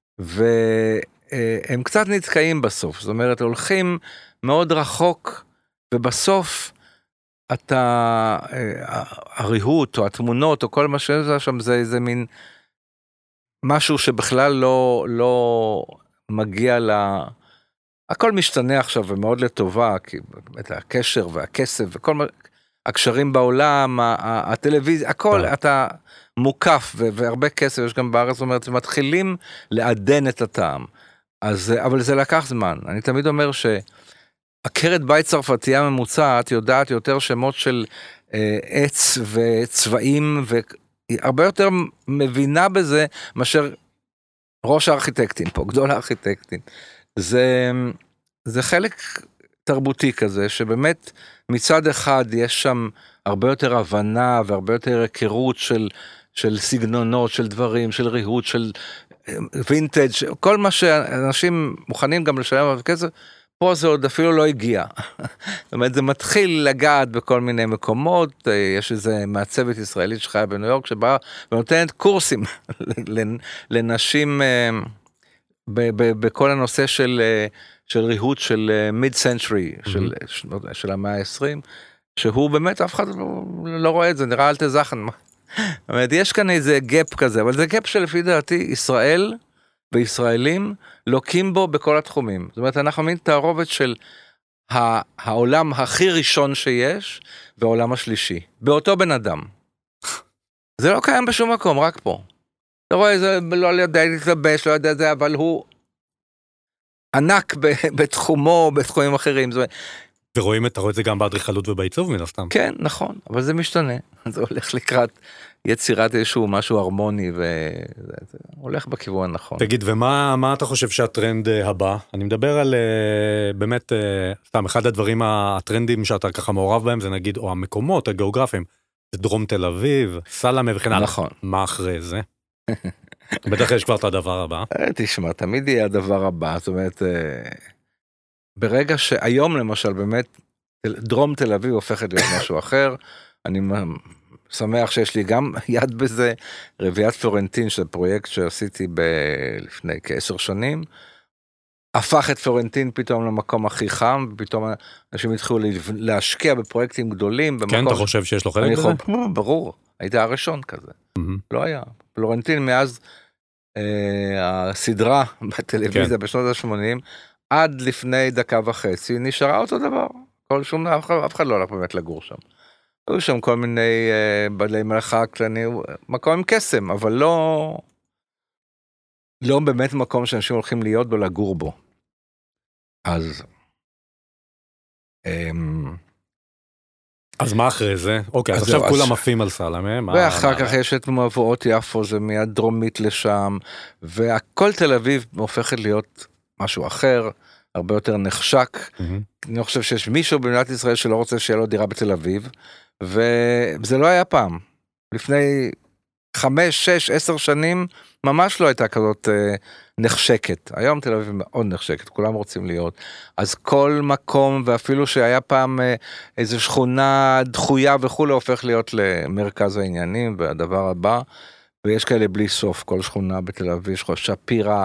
והם קצת נתקעים בסוף. זאת אומרת, הולכים מאוד רחוק, ובסוף אתה, הריהוט או התמונות או כל מה שזה שם, זה איזה מין משהו שבכלל לא, לא מגיע ל... הכל משתנה עכשיו ומאוד לטובה, כי באמת הקשר והכסף וכל מה... הקשרים בעולם, הטלוויזיה, הכל, אתה מוקף, והרבה כסף יש גם בארץ, זאת אומרת, מתחילים לעדן את הטעם. אז, אבל זה לקח זמן. אני תמיד אומר שעקרת בית צרפתייה ממוצעת יודעת יותר שמות של אה, עץ וצבעים, והרבה יותר מבינה בזה מאשר ראש הארכיטקטים פה, גדול הארכיטקטים. זה, זה חלק תרבותי כזה, שבאמת מצד אחד יש שם הרבה יותר הבנה והרבה יותר היכרות של, של סגנונות, של דברים, של ריהוט, של וינטג', כל מה שאנשים מוכנים גם לשלם עליו כסף, פה זה עוד אפילו לא הגיע. זאת אומרת, זה מתחיל לגעת בכל מיני מקומות, יש איזה מעצבת ישראלית שחיה בניו יורק, שבאה ונותנת קורסים לנשים בכל הנושא של... של ריהוט של מיד סנצ'רי, של, של המאה ה-עשרים, שהוא באמת, אף אחד לא, לא רואה את זה, נראה אל תזכן. זאת אומרת, יש כאן איזה גאפ כזה, אבל זה גאפ שלפי דעתי, ישראל וישראלים לוקים בו בכל התחומים. זאת אומרת, אנחנו מין תערובת של העולם הכי ראשון שיש, והעולם השלישי, באותו בן אדם. זה לא קיים בשום מקום, רק פה. אתה רואה, זה לא יודע להתלבש, לא יודע זה, אבל הוא... ענק בתחומו, בתחומים אחרים. ורואים את, אתה רואה את זה גם באדריכלות ובעיצוב מן הסתם. כן, נכון, אבל זה משתנה. זה הולך לקראת יצירת איזשהו משהו הרמוני, וזה הולך בכיוון הנכון. תגיד, ומה מה אתה חושב שהטרנד הבא? אני מדבר על באמת, סתם, אחד הדברים, הטרנדים שאתה ככה מעורב בהם, זה נגיד, או המקומות הגיאוגרפיים, זה דרום תל אביב, סלמה וכן הלאה. נכון. מה אחרי זה? בטח יש כבר את הדבר הבא. תשמע, תמיד יהיה הדבר הבא, זאת אומרת, ברגע שהיום למשל באמת, דרום תל אביב הופכת להיות משהו אחר, אני שמח שיש לי גם יד בזה, רביעיית פלורנטין, שזה פרויקט שעשיתי לפני כעשר שנים, הפך את פלורנטין פתאום למקום הכי חם, ופתאום אנשים התחילו להשקיע בפרויקטים גדולים. כן, אתה חושב שיש לו חלק בזה? ברור, היית הראשון כזה. לא היה. פלורנטין מאז אה, הסדרה בטלוויזיה כן. בשנות ה-שמונים, עד לפני דקה וחצי, נשארה אותו דבר. כל שום, אף, אף אחד לא הולך באמת לגור שם. היו שם כל מיני אה, בעלי מלאכה קטנים, מקום עם קסם, אבל לא, לא באמת מקום שאנשים הולכים להיות בו לגור בו. אז... אה, אז מה אחרי זה? אוקיי, אז עכשיו כולם עפים על סלמה. ואחר כך יש את מבואות יפו, זה מיד דרומית לשם, והכל תל אביב הופכת להיות משהו אחר, הרבה יותר נחשק. אני חושב שיש מישהו במדינת ישראל שלא רוצה שיהיה לו דירה בתל אביב, וזה לא היה פעם. לפני חמש, שש, עשר שנים, ממש לא הייתה כזאת נחשקת. היום תל אביב מאוד נחשקת, כולם רוצים להיות. אז כל מקום, ואפילו שהיה פעם איזו שכונה דחויה וכולי, הופך להיות למרכז העניינים, והדבר הבא, ויש כאלה בלי סוף, כל שכונה בתל אביב, שפירה,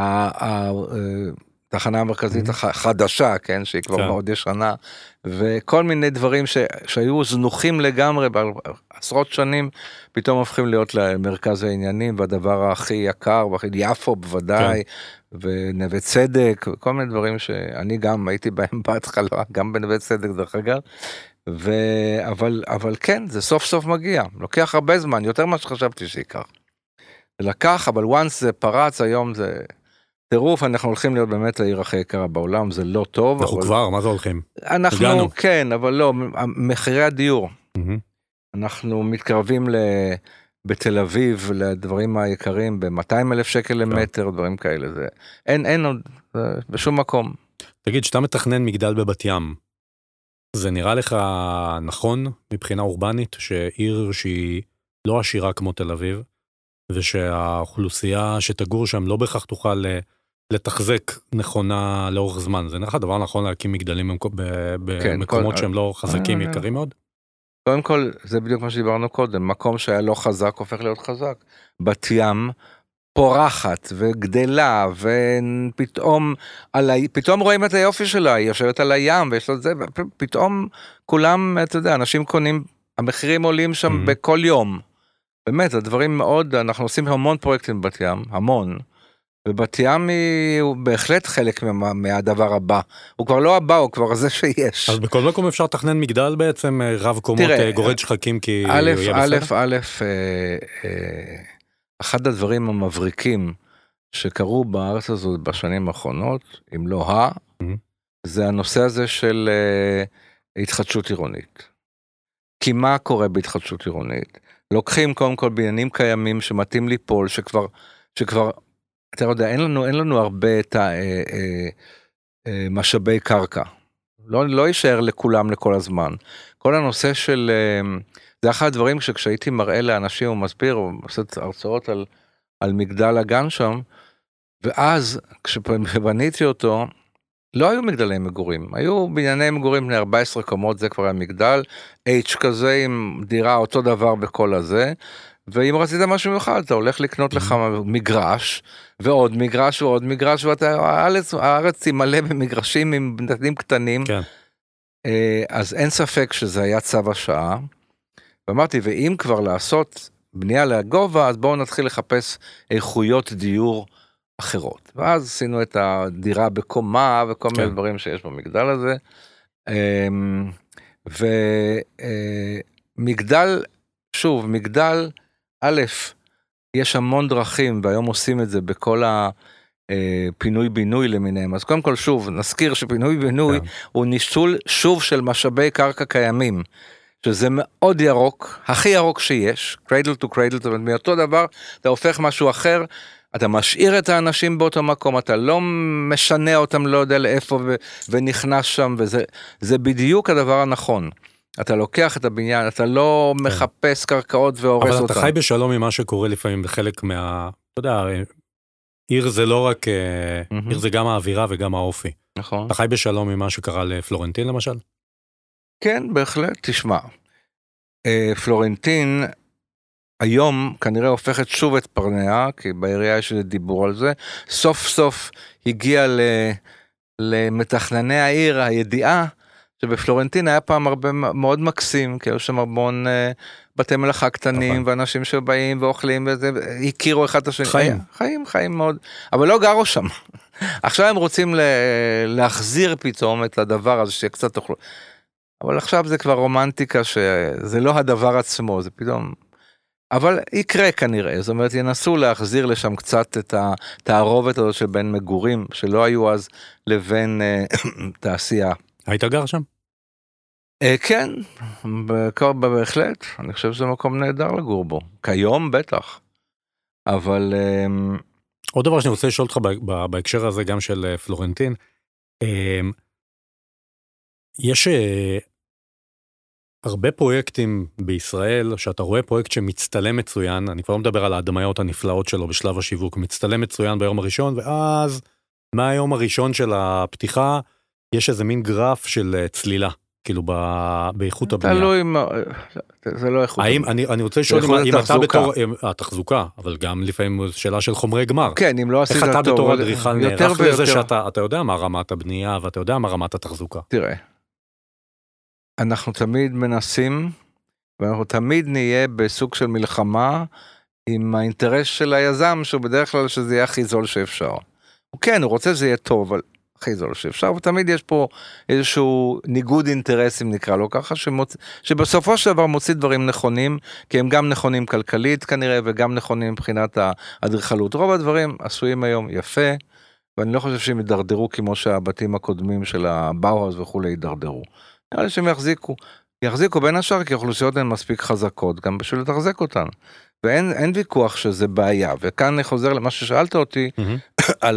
התחנה המרכזית החדשה, כן, שהיא כבר מאוד ישנה, וכל מיני דברים שהיו זנוחים לגמרי, בעשרות שנים, פתאום הופכים להיות למרכז העניינים, והדבר הכי יקר, יפו בוודאי, ונווה צדק, כל מיני דברים שאני גם הייתי בהם בהתחלה, גם בנווה צדק דרך אגב, ו... אבל, אבל כן, זה סוף סוף מגיע, לוקח הרבה זמן, יותר מה שחשבתי שיקח. זה לקח, אבל once זה פרץ, היום זה טירוף, אנחנו הולכים להיות באמת העיר הכי יקרה בעולם, זה לא טוב. אנחנו אבל... כבר, מה זה הולכים? אנחנו, הגענו. כן, אבל לא, מחירי הדיור. Mm-hmm. אנחנו מתקרבים ל... בתל אביב לדברים היקרים ב-מאתיים אלף שקל למטר, דברים כאלה, זה אין, אין עוד, בשום מקום. תגיד, שאתה מתכנן מגדל בבת ים, זה נראה לך נכון מבחינה אורבנית, שעיר שהיא לא עשירה כמו תל אביב, ושהאוכלוסייה שתגור שם לא בכך תוכל לתחזק נכונה לאורך זמן, זה נראה לך דבר נכון להקים מגדלים במקומות שהם לא חזקים יקרים מאוד? קודם כל, זה בדיוק מה שדיברנו קודם, מקום שהיה לא חזק הופך להיות חזק. בת ים פורחת וגדלה, ופתאום על ה... פתאום רואים את היופי שלה, היא יושבת על הים, ויש לו זה, פתאום כולם, אתה יודע, אנשים קונים, המחירים עולים שם mm-hmm. בכל יום. באמת, הדברים מאוד, אנחנו עושים המון פרויקטים בבת ים, המון. ובת ים הוא בהחלט חלק מה, מהדבר הבא. הוא כבר לא הבא, הוא כבר זה שיש. אז בכל מקום אפשר לתכנן מגדל בעצם רב קומות, תראה, גורד שחקים, כי א', הוא יהיה א', בסדר? א', א', אה, אחד הדברים המבריקים שקרו בארץ הזאת בשנים האחרונות, אם לא ה, mm-hmm. זה הנושא הזה של אה, התחדשות עירונית. כי מה קורה בהתחדשות עירונית? לוקחים קודם כל בניינים קיימים שמתאים ליפול, שכבר, שכבר, אתה יודע, אין לנו, אין לנו הרבה את המשאבי קרקע. לא, לא יישאר לכולם לכל הזמן. כל הנושא של, זה אחד הדברים שכשהייתי מראה לאנשים ומסביר, או עושה הרצאות על, על מגדל הגן שם, ואז כשבניתי אותו, לא היו מגדלי מגורים, היו בנייני מגורים בני ארבע עשרה קומות, זה כבר היה מגדל, H כזה עם דירה אותו דבר בכל הזה, ואם רצית משהו מיוחד, אתה הולך לקנות לך מגרש, ועוד מגרש ועוד מגרש, והארץ, הארץ היא מלא במגרשים עם בניינים קטנים, כן. אז אין ספק שזה היה צו השעה, ואמרתי, ואם כבר לעשות בנייה לגובה, אז בואו נתחיל לחפש איכויות דיור אחרות. ואז עשינו את הדירה בקומה, וכל מיני דברים שיש במגדל הזה, ומגדל, שוב, מגדל, א', יש המון דרכים, והיום עושים את זה בכל הפינוי-בינוי למיניהם. אז קודם כל, שוב, נזכיר שפינוי-בינוי הוא ניצול שוב של משאבי קרקע קיימים, שזה מאוד ירוק, הכי ירוק שיש, cradle to cradle, זאת אומרת, מאותו דבר, אתה הופך משהו אחר, אתה משאיר את האנשים באותו מקום, אתה לא משנה אותם, לא יודע לאיפה, ו- ונכנס שם, וזה זה בדיוק הדבר הנכון. אתה לוקח את הבניין, אתה לא כן. מחפש קרקעות והורס אותם. אבל אתה חי בשלום ממה שקורה לפעמים בחלק מה... אתה יודע, עיר זה לא רק... Mm-hmm. עיר זה גם האווירה וגם האופי. נכון. אתה חי בשלום ממה שקרה לפלורנטין למשל? כן, בהחלט, תשמע. פלורנטין... היום כנראה הופכת שוב את פרניה, כי בעירייה יש דיבור על זה, סוף סוף הגיע ל, למתכנני העיר הידיעה, שבפלורנטין היה פעם הרבה מאוד מקסים, כי היו שם המון uh, בתי מלאכה קטנים, נכון. ואנשים שבאים ואוכלים, וזה, הכירו אחד את השני. חיים. היה, חיים, חיים מאוד, אבל לא גרו שם. עכשיו הם רוצים ל, להחזיר פתאום את הדבר הזה, שקצת אוכלו. אבל עכשיו זה כבר רומנטיקה, שזה לא הדבר עצמו, זה פתאום... אבל יקרה כנראה, זאת אומרת, ינסו להחזיר לשם קצת את התערובת הזאת של בין מגורים, שלא היו אז לבין uh, תעשייה. היית גר שם? Uh, כן, בהחלט, אני חושב שזה מקום נהדר לגור בו, כיום בטח, אבל... Uh, עוד דבר שאני רוצה לשאול אותך בהקשר הזה, גם של פלורנטין, uh, יש... Uh, הרבה פרויקטים בישראל, שאתה רואה פרויקט שמצטלם מצוין, אני כבר לא מדבר על ההדמיות הנפלאות שלו בשלב השיווק, מצטלם מצוין ביום הראשון, ואז מהיום הראשון של הפתיחה, יש איזה מין גרף של צלילה, כאילו באיכות הבנייה. תלוי, זה לא איכות הבנייה. אני, אני רוצה לשאול אם אתה בתור, התחזוקה, אבל גם לפעמים שאלה של חומרי גמר. כן, אם לא עשית טוב. איך אתה בתור אדריכל נערך לזה ויותר. שאתה אתה יודע מה רמת הבנייה, ואתה יודע מה רמת התחזוקה. תראה. אנחנו תמיד מנסים, ואנחנו תמיד נהיה בסוג של מלחמה עם האינטרס של היזם, שהוא בדרך כלל שזה יהיה הכי זול שאפשר. הוא כן, הוא רוצה שזה יהיה טוב, אבל הכי זול שאפשר, ותמיד יש פה איזשהו ניגוד אינטרסים, נקרא לו ככה, שמוצ... שבסופו של דבר מוציא דברים נכונים, כי הם גם נכונים כלכלית כנראה, וגם נכונים מבחינת האדריכלות. רוב הדברים עשויים היום יפה, ואני לא חושב שהם ידרדרו כמו שהבתים הקודמים של הבאוהאוז וכולי ידרדרו. נראה לי שהם יחזיקו, יחזיקו בין השאר, כי האוכלוסיות הן מספיק חזקות, גם בשביל לתחזק אותן. ואין אין ויכוח שזה בעיה, וכאן אני חוזר למה ששאלת אותי, mm-hmm. על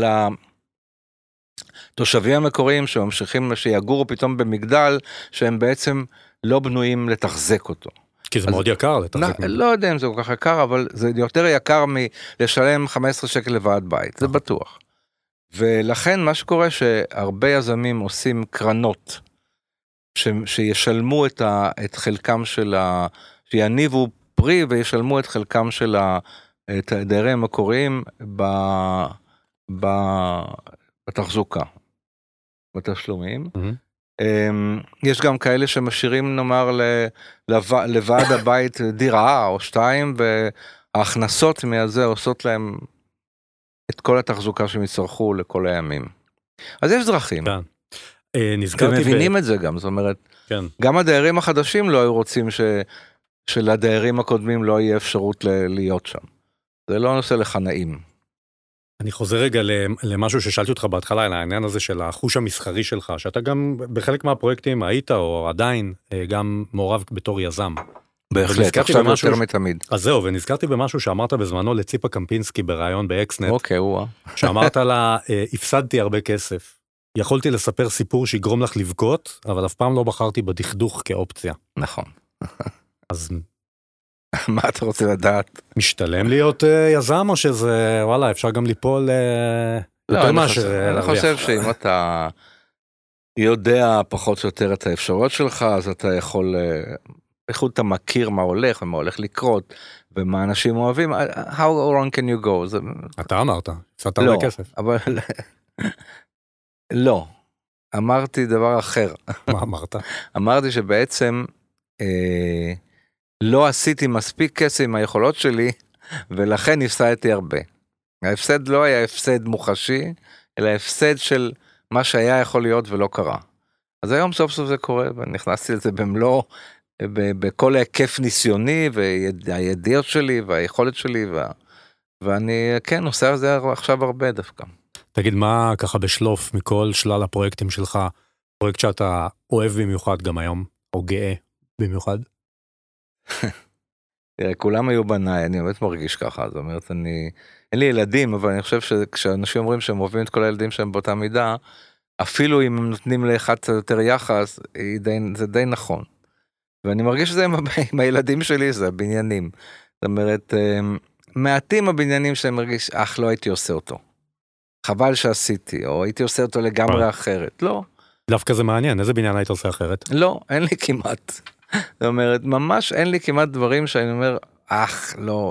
התושבים המקוריים שממשיכים, שיגורו פתאום במגדל, שהם בעצם לא בנויים לתחזק אותו. כי זה אז, מאוד יקר לתחזק. לא, לא יודע אם זה כל כך יקר, אבל זה יותר יקר מלשלם חמישה עשר שקל לוועד בית, זה בטוח. ולכן מה שקורה שהרבה יזמים עושים קרנות, ש, שישלמו את, ה, את חלקם של ה... שיניבו פרי וישלמו את חלקם של הדיירים המקוריים ב, ב, בתחזוקה, בתשלומים. Mm-hmm. יש גם כאלה שמשאירים נאמר לוועד הבית דירה או שתיים, וההכנסות מהזה עושות להם את כל התחזוקה שהם יצטרכו לכל הימים. אז יש דרכים. כן. נזכרתי ב... ומבינים את זה גם, זאת אומרת, כן. גם הדיירים החדשים לא היו רוצים ש... שלדיירים הקודמים לא יהיה אפשרות ל... להיות שם. זה לא נושא לחנאים. אני חוזר רגע למשהו ששאלתי אותך בהתחלה, לעניין הזה של החוש המסחרי שלך, שאתה גם בחלק מהפרויקטים היית או עדיין גם מעורב בתור יזם. בהחלט, עכשיו יותר מתמיד. אז זהו, ונזכרתי במשהו שאמרת בזמנו לציפה קמפינסקי בראיון באקסנט. אוקיי, וואה. שאמרת לה, הפסדתי הרבה כסף. יכולתי לספר סיפור שיגרום לך לבכות, אבל אף פעם לא בחרתי בדכדוך כאופציה. נכון. אז... מה אתה רוצה לדעת? משתלם להיות יזם, או שזה, וואלה, אפשר גם ליפול יותר מאשר להרוויח? אני חושב שאם אתה יודע פחות או יותר את האפשרויות שלך, אז אתה יכול... איכות אתה מכיר מה הולך ומה הולך לקרות ומה אנשים אוהבים, how wrong can you go? זה... אתה אמרת, הפסדת הרבה כסף. אבל לא, אמרתי דבר אחר. מה אמרת? אמרתי שבעצם אה, לא עשיתי מספיק כסף עם היכולות שלי, ולכן הפסדתי הרבה. ההפסד לא היה הפסד מוחשי, אלא הפסד של מה שהיה יכול להיות ולא קרה. אז היום סוף סוף זה קורה, ונכנסתי לזה במלוא... בכל ההיקף ניסיוני והידיעות שלי והיכולת שלי וה... ואני כן עושה על זה עכשיו הרבה דווקא. תגיד מה ככה בשלוף מכל שלל הפרויקטים שלך, פרויקט שאתה אוהב במיוחד גם היום או גאה במיוחד? תראה, כולם היו בניי, אני באמת מרגיש ככה, זאת אומרת אני, אין לי ילדים אבל אני חושב שכשאנשים אומרים שהם אוהבים את כל הילדים שהם באותה מידה, אפילו אם הם נותנים לאחד יותר יחס, זה די נכון. ואני מרגיש שזה עם, עם הילדים שלי, זה הבניינים. זאת אומרת, מעטים הבניינים שאני מרגיש, אך לא הייתי עושה אותו. חבל שעשיתי, או הייתי עושה אותו לגמרי אחרת. לא. דווקא זה מעניין, איזה בניין היית עושה אחרת? לא, אין לי כמעט. זאת אומרת, ממש אין לי כמעט דברים שאני אומר, אך, לא.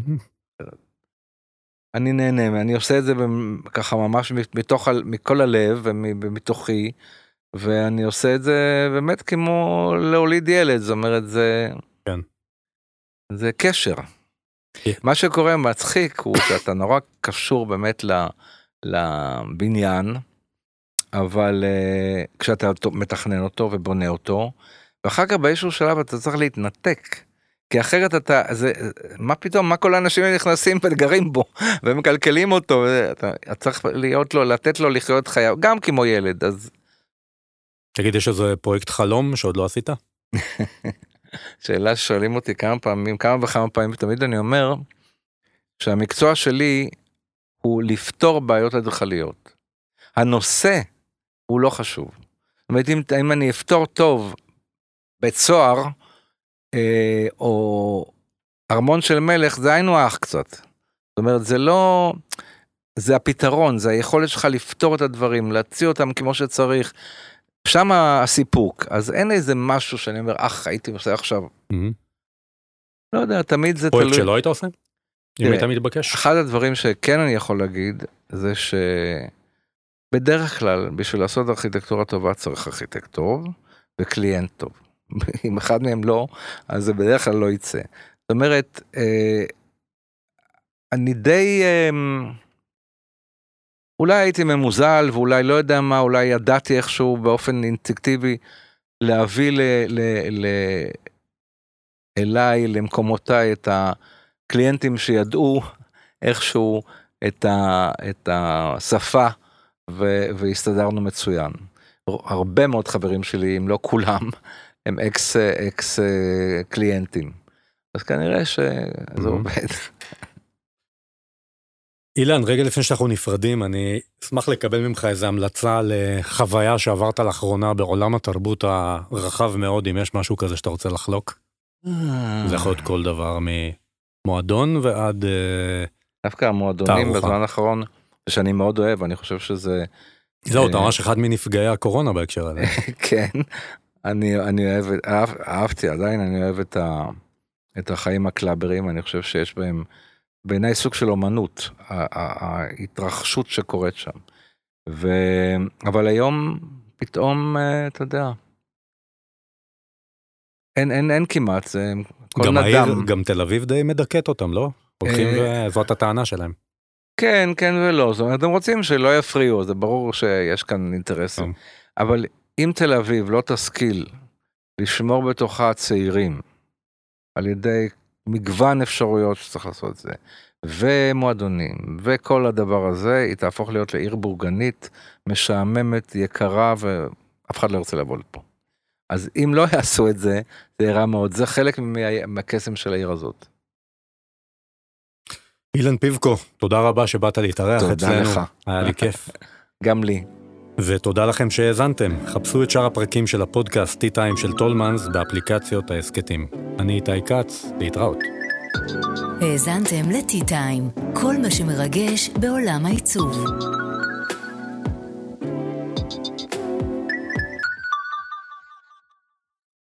אני נהנה, אני עושה את זה ככה ממש מתוך, מכל הלב ומתוכי, ואני עושה את זה באמת כמו להוליד ילד, זאת אומרת, זה, כן. זה קשר. Yeah. מה שקורה מצחיק הוא שאתה נורא קשור באמת לבניין, אבל uh, כשאתה מתכנן אותו ובונה אותו, ואחר כך באיזשהו שלב אתה צריך להתנתק, כי אחרת אתה, זה, מה פתאום, מה כל האנשים נכנסים וגרים בו, ומקלקלים אותו, אתה צריך להיות לו, לתת לו לחיות חייו, גם כמו ילד, אז... תגיד, יש איזה פרויקט חלום שעוד לא עשית? שאלה ששואלים אותי כמה פעמים, כמה וכמה פעמים, ותמיד אני אומר, שהמקצוע שלי הוא לפתור בעיות אדריכליות. הנושא הוא לא חשוב. זאת אומרת, אם, אם אני אפתור טוב בית סוהר, אה, או ארמון של מלך, זה היינו אח קצת. זאת אומרת, זה לא... זה הפתרון, זה היכולת שלך לפתור את הדברים, להציע אותם כמו שצריך, שם הסיפוק, אז אין איזה משהו שאני אומר, אך, הייתי עושה עכשיו. לא יודע, תמיד זה תלוי. פרויקט שלא היית עושה? אם היית מתבקש? אחד הדברים שכן אני יכול להגיד, זה שבדרך כלל, בשביל לעשות ארכיטקטורה טובה, צריך ארכיטקט טוב, וקליינט טוב. אם אחד מהם לא, אז זה בדרך כלל לא יצא. זאת אומרת, אני די... אולי הייתי ממוזל, ואולי לא יודע מה, אולי ידעתי איכשהו באופן אינטקטיבי, להביא ל, ל, ל, אליי, למקומותיי, את הקליינטים שידעו איכשהו את, ה, את השפה, ו, והסתדרנו מצוין. הרבה מאוד חברים שלי, אם לא כולם, הם אקס, אקס קליינטים. אז כנראה שזה עובד. אילן, רגע לפני שאנחנו נפרדים, אני אשמח לקבל ממך איזו המלצה לחוויה שעברת לאחרונה בעולם התרבות הרחב מאוד, אם יש משהו כזה שאתה רוצה לחלוק. זה יכול להיות כל דבר ממועדון ועד דווקא המועדונים בזמן האחרון, שאני מאוד אוהב, אני חושב שזה... זהו, אתה ממש אחד מנפגעי הקורונה בהקשר הזה. כן, אני, אני אוהב, אהב, אהבתי עדיין, אני אוהב את, ה, את החיים הקלאברים, אני חושב שיש בהם, בעיניי סוג של אומנות, ההתרחשות שקורית שם. ו, אבל היום, פתאום, אתה יודע, אין, אין, אין כמעט, זה כל גם נדם. העיר, גם תל אביב די מדכאת אותם, לא? הולכים וזאת הטענה שלהם. כן, כן ולא, זאת אומרת, הם רוצים שלא יפריעו, זה ברור שיש כאן אינטרסים. אבל אם תל אביב לא תשכיל לשמור בתוכה צעירים, על ידי מגוון אפשרויות שצריך לעשות את זה, ומועדונים, וכל הדבר הזה, היא תהפוך להיות לעיר בורגנית, משעממת, יקרה, ואף אחד לא ירצה לבוא לפה. אז אם לא יעשו את זה, זה יראה מאוד, זה חלק מהקסם של העיר הזאת. אילן פיבקו, תודה רבה שבאת להתארח אצלנו. תודה לך. היה לי כיף. גם לי. ותודה לכם שהאזנתם. חפשו את שאר הפרקים של הפודקאסט Tea Time של טולמנס באפליקציות ההסקטים. אני איתי כץ, להתראות. האזנתם ל-Tea Time, כל מה שמרגש בעולם העיצוב.